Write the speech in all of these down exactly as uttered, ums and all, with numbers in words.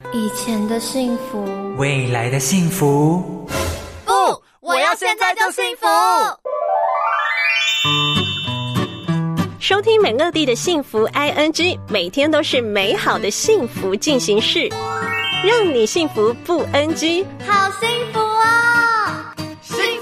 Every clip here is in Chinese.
以前的幸福， 未来的幸福。 不，我要现在就幸福。 收听美乐蒂的幸福 I N G， 每天都是美好的幸福进行式，让你幸福不 N G。 好幸福哦，幸福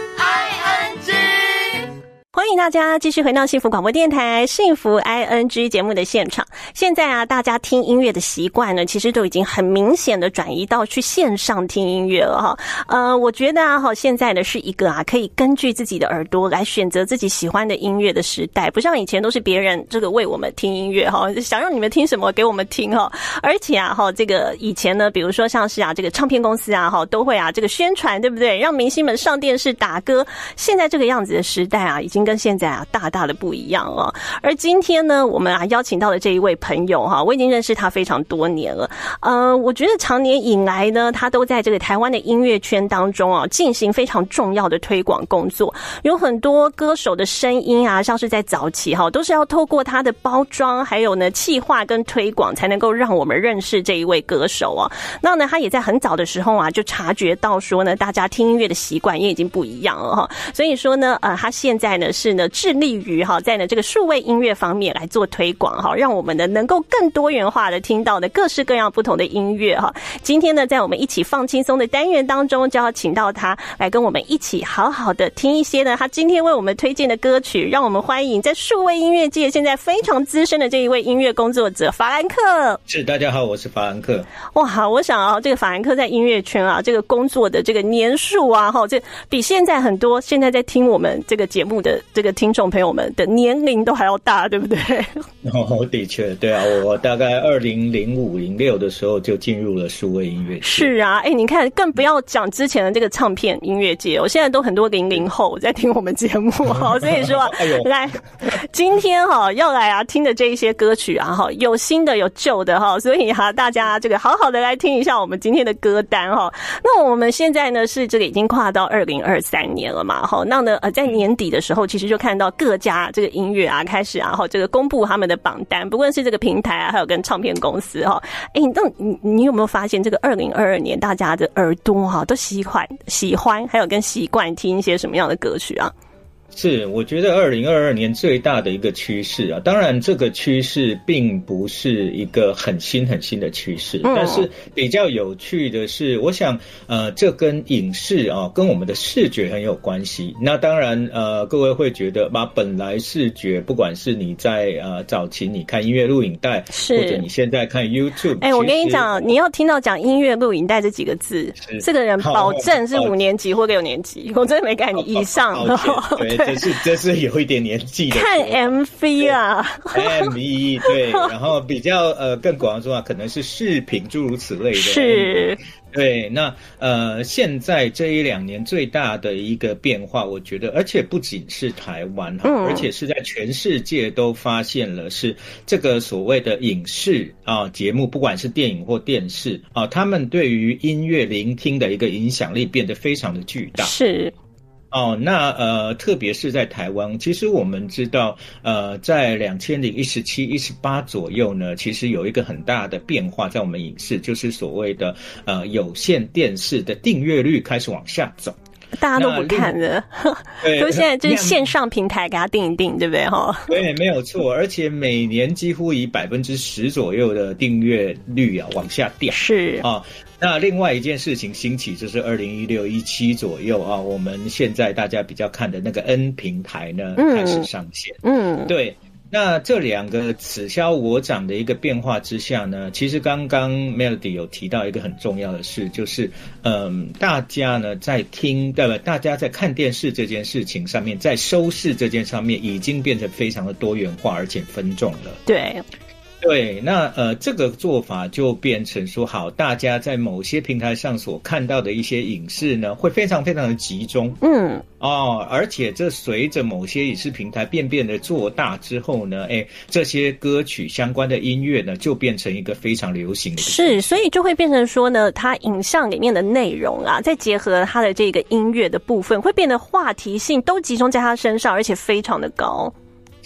I N G。 欢迎大家继续回到幸福广播电台幸福 I N G 节目的现场。现在啊，大家听音乐的习惯呢，其实都已经很明显的转移到去线上听音乐了哈。呃，我觉得啊，哈，现在呢是一个啊可以根据自己的耳朵来选择自己喜欢的音乐的时代，不像以前都是别人这个为我们听音乐哈，想让你们听什么给我们听哈。而且啊，哈，这个以前呢，比如说像是啊这个唱片公司啊，哈，都会啊这个宣传，对不对？让明星们上电视打歌。现在这个样子的时代啊，已经跟现在啊大大的不一样了。而今天呢，我们啊邀请到的这一位朋友哈，我已经认识他非常多年了。呃，我觉得长年以来呢，他都在这个台湾的音乐圈当中啊，进行非常重要的推广工作。有很多歌手的声音啊，像是在早期哈，都是要透过他的包装，还有呢企划跟推广，才能够让我们认识这一位歌手啊。那呢，他也在很早的时候啊，就察觉到说呢，大家听音乐的习惯也已经不一样了哈。所以说呢，呃，他现在呢是呢致力于哈，在呢这个数位音乐方面来做推广哈，让我们呢能够更多元化的听到的各式各样不同的音乐哈。今天呢，在我们一起放轻松的单元当中，就要请到他来跟我们一起好好的听一些呢他今天为我们推荐的歌曲。让我们欢迎在数位音乐界现在非常资深的这一位音乐工作者法兰克。 是，大家好，我是法兰克。 哇，我想啊，这个法兰克在音乐圈啊，这个工作的这个年数啊，哈，这比现在很多现在在听我们这个节目的这个听众朋友们的年龄都还要大，对不对？ 哦，的确，对啊，我大概二零零五零六的时候就进入了数位音乐界。 是啊，哎，你看，更不要讲之前的这个唱片音乐界，我现在都很多零零后在听我们节目哈，所以说啊，哎呦，来，今天哈要来啊听的这一些歌曲啊哈，有新的有旧的哈，所以哈大家这个好好的来听一下我们今天的歌单哈。那我们现在呢是这个已经跨到二零二三年了嘛哈，那呢呃在年底的时候，其实就看到各家这个音乐啊开始啊哈这个公布他们的榜单，不论是这个平台啊，还有跟唱片公司哈。哎，那你你有没有发现这个二零二二年大家的耳朵哈都喜欢喜欢，还有跟习惯听一些什么样的歌曲啊？ 是，我觉得二零二二年最大的一个趋势啊，当然这个趋势并不是一个很新很新的趋势，嗯，但是比较有趣的是，我想呃，这跟影视啊，跟我们的视觉很有关系。那当然呃，各位会觉得嘛，本来视觉不管是你在呃早期你看音乐录影带，或者你现在看 YouTube， 哎，我跟你讲，你要听到讲音乐录影带这几个字，这个人保证是五年级或六年级，我真的没改你以上。 对，这是这是有一点年纪的看 M V 啊 ，M V 对，然后比较呃更广说啊，可能是视频诸如此类的， 是。 对，那呃，现在这一两年最大的一个变化，我觉得，而且不仅是台湾哈，嗯，而且是在全世界都发现了，是这个所谓的影视啊节目，不管是电影或电视啊，他们对于音乐聆听的一个影响力变得非常的巨大。 是。 哦，那呃，特别是在台湾，其实我们知道，呃，在两千零一十七、一十八左右呢，其实有一个很大的变化，在我们影视，就是所谓的呃有线电视的订阅率开始往下走。 大家都不看了，都现在就是线上平台给他定一定，对不对哈？ 对，没有错，而且每年几乎以百分之十左右的订阅率啊往下掉。 是啊。 那另外一件事情兴起，就是二零一六、一七左右啊，我们现在大家比较看的那个 N 平台呢，嗯，开始上线。嗯，对。那这两个此消我长的一个变化之下呢，其实刚刚 Melody 有提到一个很重要的事，就是嗯，大家呢在听对吧？大家在看电视这件事情上面，在收视这件上面，已经变成非常的多元化，而且分众了。 对。 对，那呃，这个做法就变成说，好，大家在某些平台上所看到的一些影视呢，会非常非常的集中，嗯，哦，而且这随着某些影视平台变变的做大之后呢，哎，这些歌曲相关的音乐呢，就变成一个非常流行的。 是，所以就会变成说呢，它影像里面的内容啊，再结合它的这个音乐的部分，会变得话题性都集中在它身上，而且非常的高。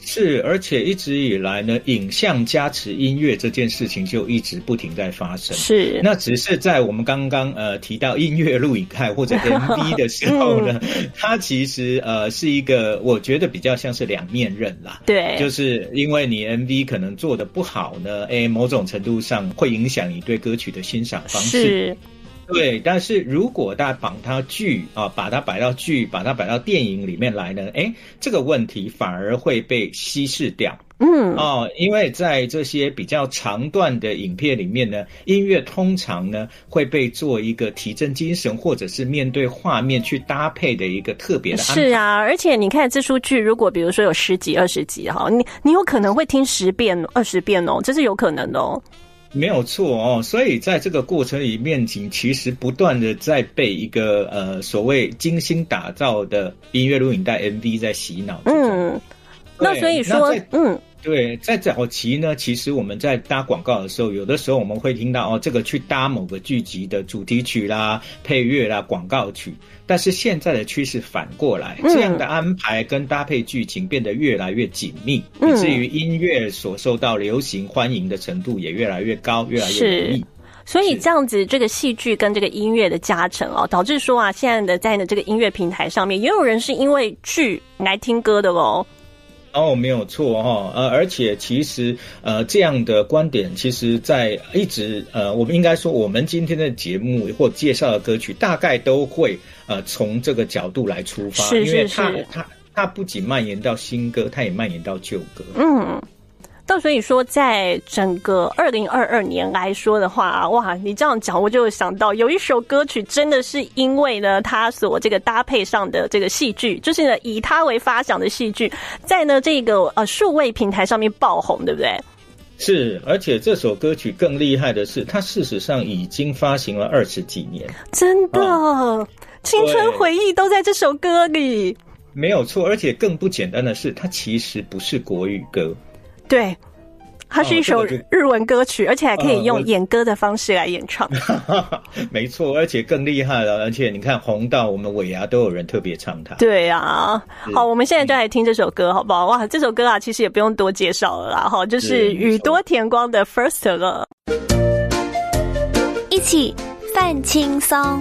是，而且一直以来呢，影像加持音乐这件事情就一直不停在发生。 是， 那只是在我们刚刚呃提到音乐录影带或者 M V 的时候呢，嗯、它其实呃是一个我觉得比较像是两面刃啦。 对， 就是因为你 M V 可能做得不好呢，哎，某种程度上会影响你对歌曲的欣赏方式。 是。 对，但是如果大家把它剧啊，把它摆到剧，把它摆到电影里面来呢，哎，这个问题反而会被稀释掉。嗯，哦，因为在这些比较长段的影片里面呢，音乐通常呢会被做一个提振精神，或者是面对画面去搭配的一个特别的安排。 是啊，而且你看这出剧，如果比如说有十集、二十集哈，你你有可能会听十遍、二十遍哦，这是有可能的哦。 没有错哦，所以在这个过程里面，其实不断的在被一个呃所谓精心打造的音乐录影带 M V 在洗脑。嗯， 那所以说，嗯。 对，在早期呢，其实我们在搭广告的时候，有的时候我们会听到哦，这个去搭某个剧集的主题曲啦、配乐啦、广告曲。但是现在的趋势反过来，这样的安排跟搭配剧情变得越来越紧密，嗯、以至于音乐所受到流行欢迎的程度也越来越高，越来越容易。 所以这样子，这个戏剧跟这个音乐的加成哦，导致说啊，现在的在呢这个音乐平台上面，也有人是因为剧来听歌的哦。 哦，没有错哈，呃，而且其实呃这样的观点，其实在一直呃，我们应该说，我们今天的节目或介绍的歌曲，大概都会呃从这个角度来出发， 是是是， 因为它它它不仅蔓延到新歌，它也蔓延到旧歌， 嗯。那所以说，在整个二零二二年来说的话，哇，你这样讲，我就想到有一首歌曲，真的是因为呢，它所这个搭配上的这个戏剧，就是呢以它为发想的戏剧，在呢这个呃数位平台上面爆红，对不对？ 是，而且这首歌曲更厉害的是，它事实上已经发行了二十几年， 真的，哦、青春回忆都在这首歌里。 没有错，而且更不简单的是，它其实不是国语歌。 对，它是一首日文歌曲，哦、而且还可以用演歌的方式来演唱。 没错，而且更厉害了，而且你看红到我们尾牙都有人特别唱它。 对啊，好，我们现在就来听这首歌，好不好？哇，这首歌啊，其实也不用多介绍了啦，哈，就是宇多田光的 First Love。 一起放轻松。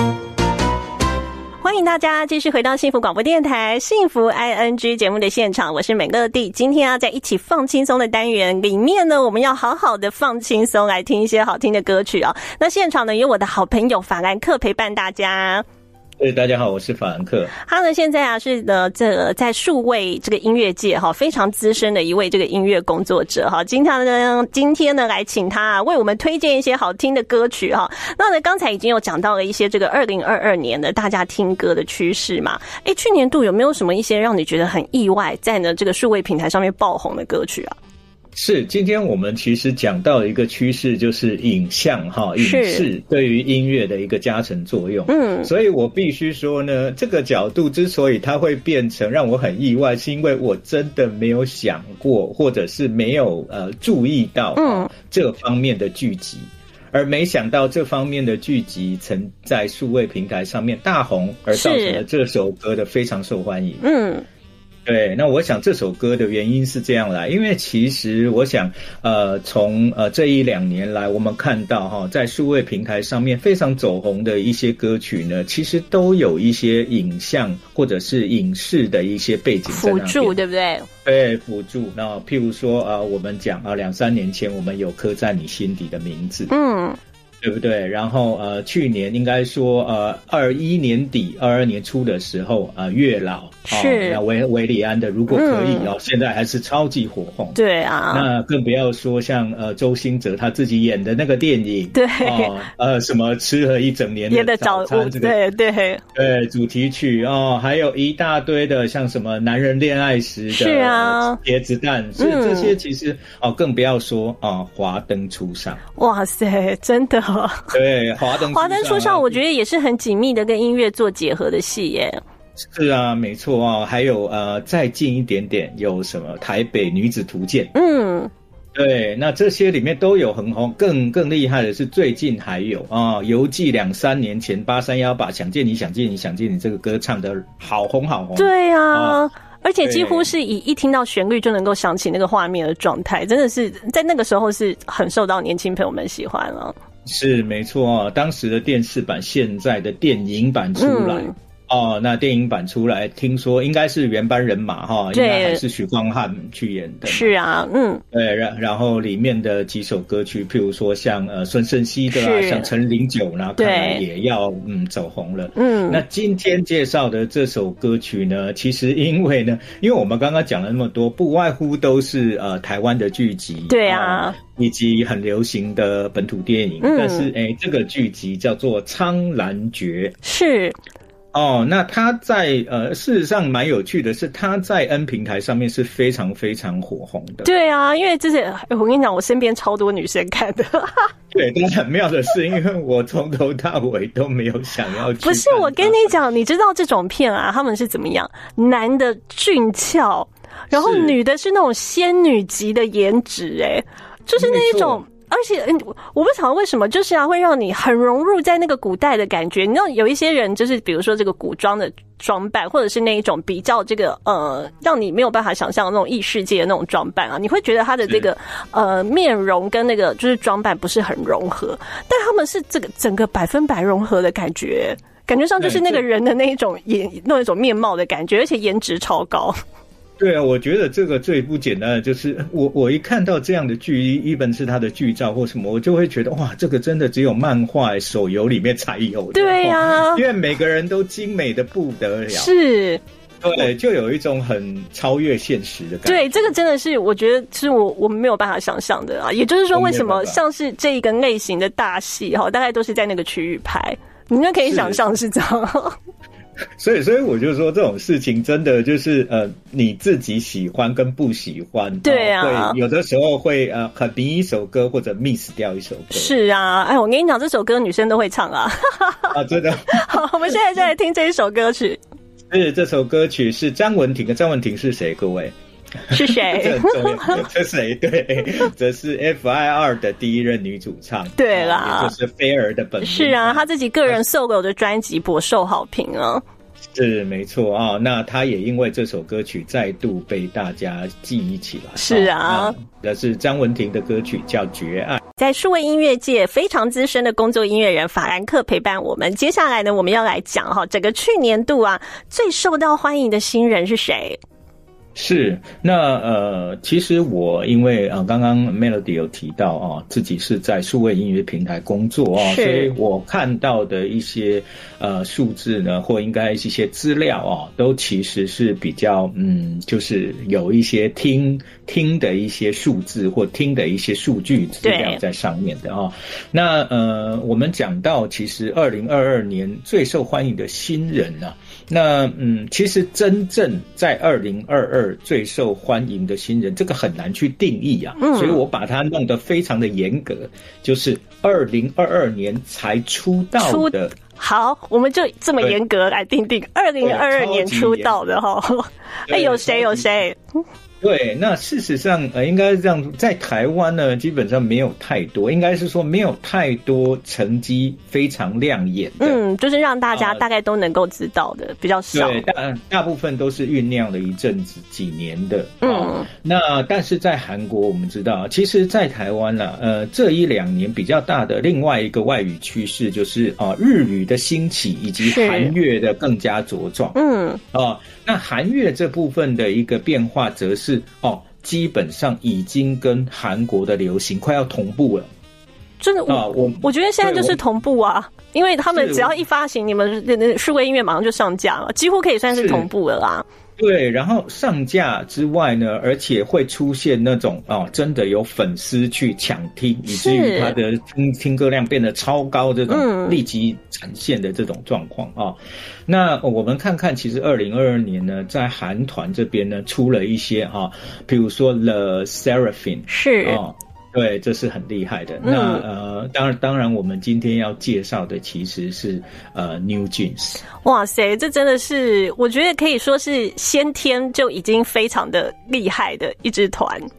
欢迎大家继续回到幸福广播电台幸福 I N G 节目的现场，我是美乐蒂。今天啊，在一起放轻松的单元里面呢，我们要好好的放轻松，来听一些好听的歌曲啊。那现场呢，有我的好朋友法兰克陪伴大家。 对，大家好，我是法兰克。 他呢，现在啊是呢，这个在数位这个音乐界哈非常资深的一位这个音乐工作者哈。今天呢，今天呢来请他啊为我们推荐一些好听的歌曲哈。那呢，刚才已经有讲到了一些这个二零二二年的大家听歌的趋势嘛。哎，去年度有没有什么一些让你觉得很意外，在呢这个数位平台上面爆红的歌曲啊？ 是，今天我们其实讲到一个趋势，就是影像哈，影视对于音乐的一个加成作用。嗯，所以我必须说呢，这个角度之所以它会变成让我很意外，是因为我真的没有想过，或者是没有呃注意到嗯这方面的剧集，而没想到这方面的剧集曾在数位平台上面大红，而造成了这首歌的非常受欢迎。嗯。对，那我想这首歌的原因是这样来，因为其实我想，呃，从呃这一两年来，我们看到哈，在数位平台上面非常走红的一些歌曲呢，其实都有一些影像或者是影视的一些背景在那边辅助，对不对？ 对，辅助。那譬如说啊、呃，我们讲啊，两三年前我们有刻在你心底的名字，嗯。对不对？然后呃，去年应该说呃，二一年底、二二年初的时候啊、呃，月老是那维维里安的，如果可以哦、嗯，现在还是超级火红。 对啊， 那更不要说像呃周兴哲他自己演的那个电影， 对哦，呃，什么吃了一整年的早餐，这个对对对主题曲哦，还有一大堆的像什么男人恋爱时的是啊， 茄子蛋，是、嗯、这些其实哦，更不要说啊，华灯初上， 哇塞，真的。 对，华灯华灯初上，我觉得也是很紧密的跟音乐做结合的戏耶。 是啊，没错啊，还有呃，再近一点点有什么台北女子图鉴，嗯，对，那这些里面都有很红。更更厉害的是，最近还有啊，游记两三年前八三幺把想见你想见你想见你这个歌唱得好红好红。 对啊。啊而而且几乎是以一听到旋律就能够想起那个画面的状态，真的是在那个时候是很受到年轻朋友们喜欢了。 是没错啊，当时的电视版，现在的电影版出来。嗯哦，那电影版出来，听说应该是原班人马哈，应该还是许光汉去演的。 是啊，嗯， 对，然然后里面的几首歌曲，譬如说像呃孙盛希的啊，像陈零九呢，看来也要嗯走红了。嗯，那今天介绍的这首歌曲呢，其实因为呢，因为我们刚刚讲了那么多，不外乎都是呃台湾的剧集， 对啊。呃以及很流行的本土电影，嗯、但是哎，这个剧集叫做《苍兰诀》， 是哦。那它在呃，事实上蛮有趣的是，它在 N 平台上面是非常非常火红的。 对啊，因为这是我跟你讲，我身边超多女生看的。 对，但很妙的是，因为我从头到尾都没有想要去。 不是，我跟你讲，你知道这种片啊，他们是怎么样？男的俊俏，然后女的是那种仙女级的颜值、欸，哎。就是那一种，而且我不知道为什么，就是啊，会让你很融入在那个古代的感觉。你知道有一些人就是比如说这个古装的装扮，或者是那一种比较这个呃，让你没有办法想象的那种异世界的那种装扮啊，你会觉得他的这个呃面容跟那个就是装扮不是很融合，但他们是这个整个百分百融合的感觉，感觉上就是那个人的那一种颜那一种面貌的感觉，而且颜值超高。 对啊，我觉得这个最不简单的就是我我一看到这样的剧，一本是它的剧照或什么，我就会觉得哇，这个真的只有漫画、手游里面才有的。 对呀、啊哦， 因为每个人都精美的不得了。 是。 对，就有一种很超越现实的感觉。 对，这个真的是我觉得是我我们没有办法想象的啊。也就是说，为什么像是这一个类型的大戏哈，大概都是在那个区域拍，你就可以想象是这样。 所以，所以我就说这种事情真的就是呃，你自己喜欢跟不喜欢， 对啊， 会有的时候会呃很迷一首歌或者 miss 掉一首歌。 是啊，哎，我跟你讲，这首歌女生都会唱啊。 啊，真的。 好，我们现在就来听这一首歌曲。 是这首歌曲是张文婷，张文婷是谁？各位是谁？ 这很重要，这谁？对，这是 F I R 的第一任女主唱。 对啦， 也就是菲儿的本名。 是啊，她自己个人solo的专辑颇受好评啊。 是没错啊、哦，那他也因为这首歌曲再度被大家记忆起来。 是啊， 这、哦、是张文婷的歌曲叫《绝爱》。 在数位音乐界非常资深的工作音乐人法兰克陪伴我们。接下来呢，我们要来讲哈，整个去年度啊最受到欢迎的新人是谁？ 是，那呃，其实我因为呃，刚刚 Melody 有提到啊，自己是在数位音乐平台工作啊，所以我看到的一些呃数字呢，或应该是一些资料啊，都其实是比较嗯，就是有一些听听的一些数字或听的一些数据资料在上面的啊。那呃，我们讲到其实二零二二年最受欢迎的新人呢、啊。那嗯，其实真正在二零二二最受欢迎的新人，这个很难去定义啊，嗯、所以我把它弄得非常的严格，就是二零二二年才出道的。 好，我们就这么严格来定定，二零二二年出道的哈。哎，有谁有谁？ 对，那事实上呃，应该是这样，在台湾呢，基本上没有太多，应该是说没有太多成绩非常亮眼的， 嗯，就是让大家大概都能够知道的，呃、比较少。 对，大大部分都是酝酿了一阵子、几年的。嗯、哦，那但是在韩国，我们知道，其实，在台湾呢、啊，呃，这一两年比较大的另外一个外语趋势就是啊、呃，日语的兴起以及韩乐的更加茁壮。嗯，啊、呃，那韩乐这部分的一个变化，则是。是哦，基本上已经跟韩国的流行快要同步了。 真的啊，我我觉得现在就是同步啊，因为他们只要一发行，你们数位音乐马上就上架了，几乎可以算是同步了啦。 对，然后上架之外呢，而且会出现那种哦，真的有粉丝去抢听，以至于他的听听歌量变得超高，这种立即展现的这种状况啊、嗯哦。那我们看看，其实二零二二年呢，在韩团这边呢，出了一些哈、哦，比如说 The Seraphim 是哦。对，这是很厉害的。嗯、那呃，当然，当然，我们今天要介绍的其实是呃 New Jeans。 哇塞，这真的是我觉得可以说是先天就已经非常的厉害的一支团。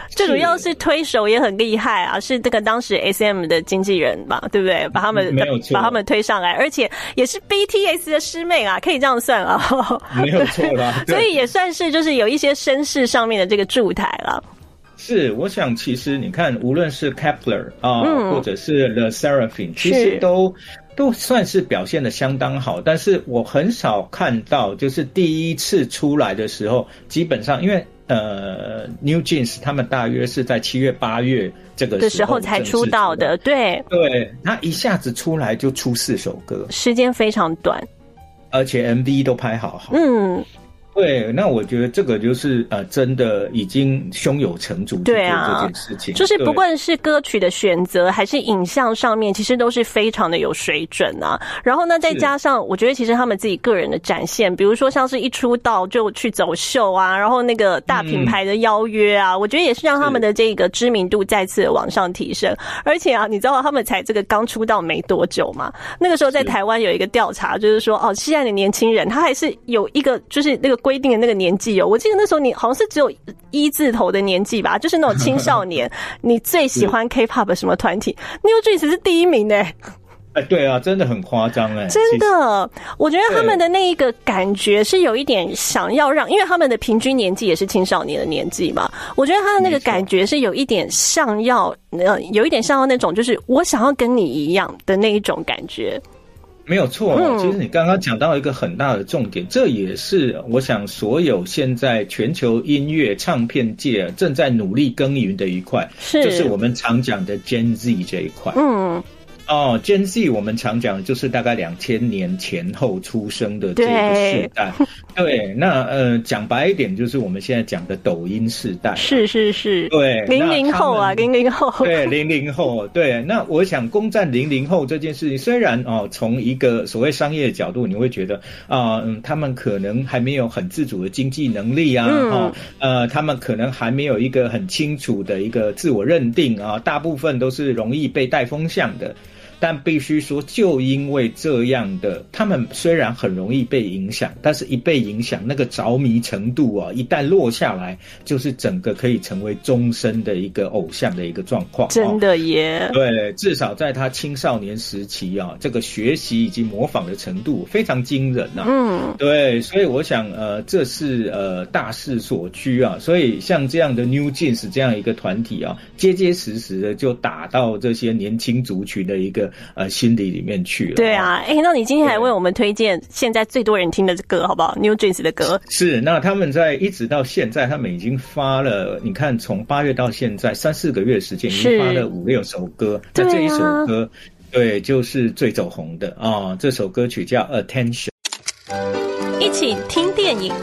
最主要是推手也很厉害啊，是这个当时 S M 的经纪人吧，对不对？把他们没有错， 把他们推上来，而且也是 B T S 的师妹啊，可以这样算啊， 没有错啦。 所以也算是就是有一些声势上面的这个驻台了。 是，我想其实你看，无论是 Kepler 啊、呃嗯，或者是 The Seraphim， 其实都都算是表现得相当好。但是我很少看到，就是第一次出来的时候，基本上因为呃 New Jeans 他们大约是在七月八月这个时候的时候才出道的，对对，他一下子出来就出四首歌， 时间非常短， 而且 M V 都拍好好， 嗯。 对，那我觉得这个就是呃，真的已经胸有成竹去做这件事情。 对啊，就是不管是歌曲的选择，还是影像上面，其实都是非常的有水准啊。然后呢，再加上我觉得其实他们自己个人的展现，比如说像是一出道就去走秀啊，然后那个大品牌的邀约啊，嗯、我觉得也是让他们的这个知名度再次往上提升。而且啊，你知道他们才这个刚出道没多久嘛，那个时候在台湾有一个调查，就是说哦，现在的年轻人他还是有一个就是那个规定的那个年纪哦，我记得那时候你好像是只有一字头的年纪吧，就是那种青少年，你最喜欢 K-pop 什么团体 ？New Jeans 是第一名的、欸。 哎，对啊，真的很夸张哎， 真的，我觉得他们的那一个感觉是有一点想要让，因为他们的平均年纪也是青少年的年纪嘛，我觉得他的那个感觉是有一点像要，呃，有一点像要那种，就是我想要跟你一样的那一种感觉。 没有错、哦，其实你刚刚讲到一个很大的重点，这也是我想所有现在全球音乐唱片界正在努力耕耘的一块，是就是我们常讲的 Gen Z 这一块。嗯。哦 ，Gen Z 我们常讲的就是大概两千年前后出生的这个世代，对，对那呃讲白一点，就是我们现在讲的抖音世代， 是是是， 对， 零零后啊，零零后， 对，零零后，对，那我想攻占零零后这件事情，虽然哦，从一个所谓商业的角度，你会觉得啊、呃嗯，他们可能还没有很自主的经济能力啊，嗯、哦，呃，他们可能还没有一个很清楚的一个自我认定啊，大部分都是容易被带风向的。但必须说，就因为这样的，他们虽然很容易被影响，但是一被影响，那个着迷程度啊，一旦落下来，就是整个可以成为终身的一个偶像的一个状况。 真的耶！ 哦、对，至少在他青少年时期啊，这个学习以及模仿的程度非常惊人啊。嗯，对，所以我想，呃，这是呃大势所趋啊。所以像这样的 New Jeans 这样一个团体啊，结结实实的就打到这些年轻族群的一个。呃，心底里面去了。 对啊，哎、欸，那你今天还为我们推荐现在最多人听的歌，好不好 ？New Jeans 的歌是。那他们在一直到现在，他们已经发了，你看从八月到现在三四个月的时间，已经发了五六首歌。那这一首歌，对，就是最走红的啊、哦。这首歌曲叫 Attention。 一起听电影。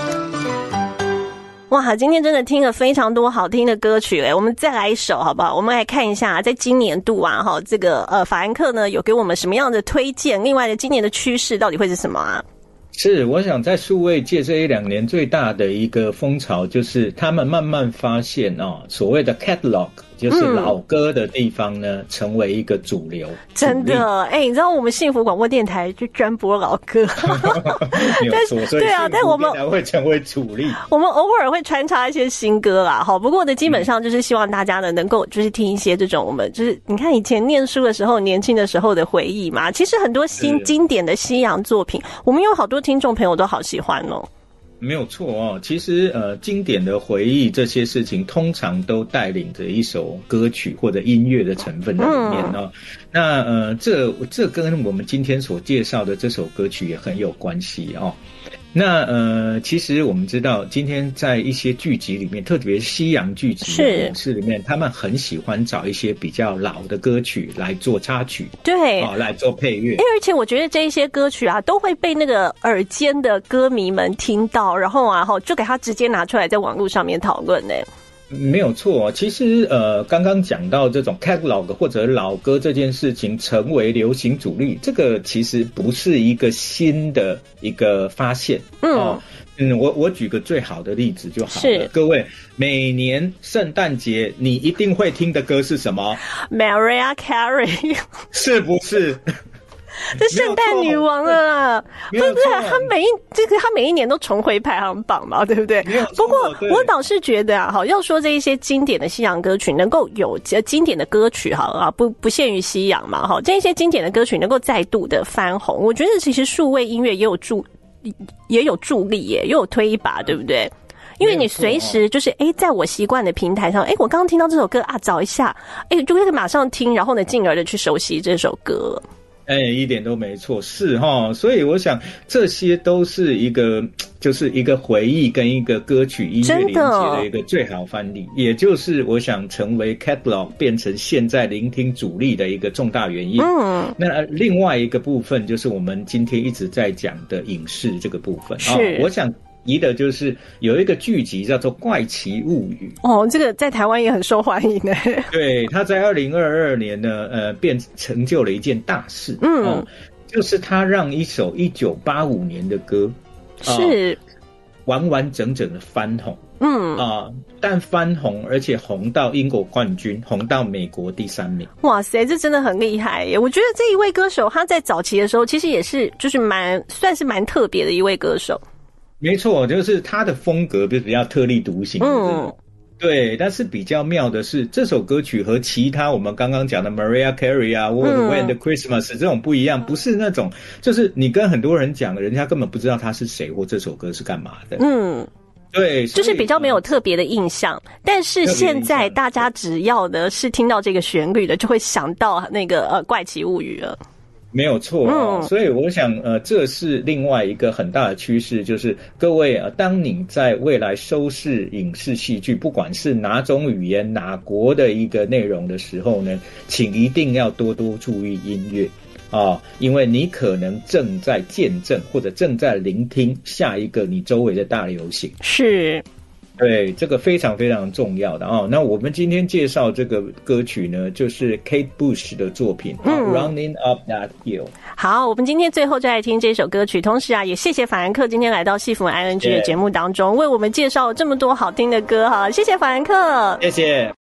哇，今天真的听了非常多好听的歌曲诶，我们再来一首好不好？我们来看一下，在今年度啊，哈，这个呃法兰克呢有给我们什么样的推荐？另外的今年的趋势到底会是什么啊？ 是，我想在数位界这一两年最大的一个风潮，就是他们慢慢发现哦，所谓的 catalog。就是老歌的地方呢，嗯、成为一个主流。 真的，哎、欸，你知道我们幸福广播电台就专播老歌， 没有错，所以对啊，但我们会成为主力。 我们偶尔会穿插一些新歌啦，好，不过呢，基本上就是希望大家呢能够就是听一些这种我们就是你看以前念书的时候、年轻的时候的回忆嘛。其实很多新经典的西洋作品，我们有好多听众朋友都好喜欢哦。 没有错哦，其实呃，经典的回忆这些事情，通常都带领着一首歌曲或者音乐的成分在里面哦。嗯、那呃，这这跟我们今天所介绍的这首歌曲也很有关系哦。那呃，其实我们知道，今天在一些剧集里面，特别是西洋剧集的影视里面，他们很喜欢找一些比较老的歌曲来做插曲， 对， 哦，来做配乐。 而且我觉得这一些歌曲啊，都会被那个耳尖的歌迷们听到，然后啊，就给他直接拿出来在网络上面讨论呢。 没有错，其实呃，刚刚讲到这种 catalog 或者老歌这件事情成为流行主力，这个其实不是一个新的一个发现。嗯、哦、嗯，我我举个最好的例子就好了。是，各位，每年圣诞节你一定会听的歌是什么？ Mariah Carey 是不是？ 这圣诞女王了，不是她每一这个她每一年都重回排行榜嘛，对不对？不过我倒是觉得啊，好要说这一些经典的西洋歌曲能够有经典的歌曲好啊，不不限于西洋嘛，哈，这一些经典的歌曲能够再度的翻红，我觉得其实数位音乐也有助也有助力耶，也有推一把，对不对？因为你随时就是哎、欸，在我习惯的平台上，哎、欸，我刚刚听到这首歌啊，找一下，哎、欸，就可以马上听，然后呢，进而的去熟悉这首歌。 哎、欸，一点都没错，是齁，所以我想这些都是一个，就是一个回忆跟一个歌曲音乐连接的一个最好范例，也就是我想成为 catalog 变成现在聆听主力的一个重大原因。嗯，那另外一个部分就是我们今天一直在讲的影视这个部分。是，哦、我想。提的就是有一个剧集叫做《怪奇物语》 哦，这个在台湾也很受欢迎的。 对，他在二零二二年呢，呃，变成就了一件大事，嗯、哦，就是他让一首一九八五年的歌是、呃、完完整整的翻红，嗯啊、呃，但翻红而且红到英国冠军，红到美国第三名。 哇塞，这真的很厉害耶！我觉得这一位歌手他在早期的时候，其实也是就是蛮算是蛮特别的一位歌手。 没错，就是他的风格比较特立独行的这种、嗯、对，但是比较妙的是这首歌曲和其他我们刚刚讲的 Mariah Carey 啊、嗯、When the Christmas 这种不一样，不是那种就是你跟很多人讲人家根本不知道他是谁或这首歌是干嘛的。嗯，对， 就是比较没有特别的印象，但是现在大家只要的是听到这个旋律的，就会想到那个呃怪奇物语了。 没有错、哦嗯、所以我想呃这是另外一个很大的趋势，就是各位呃当你在未来收视影视戏剧不管是哪种语言哪国的一个内容的时候呢，请一定要多多注意音乐啊、哦，因为你可能正在见证或者正在聆听下一个你周围的大流行。 是， 对，这个非常非常重要的哦。那我们今天介绍这个歌曲呢，就是 Kate Bush 的作品、嗯哦、Running Up That Hill。 好，我们今天最后就来听这首歌曲，同时啊，也谢谢法兰克今天来到戏服 I N G 的节目当中， yeah. 为我们介绍了这么多好听的歌哈，谢谢法兰克， 谢谢。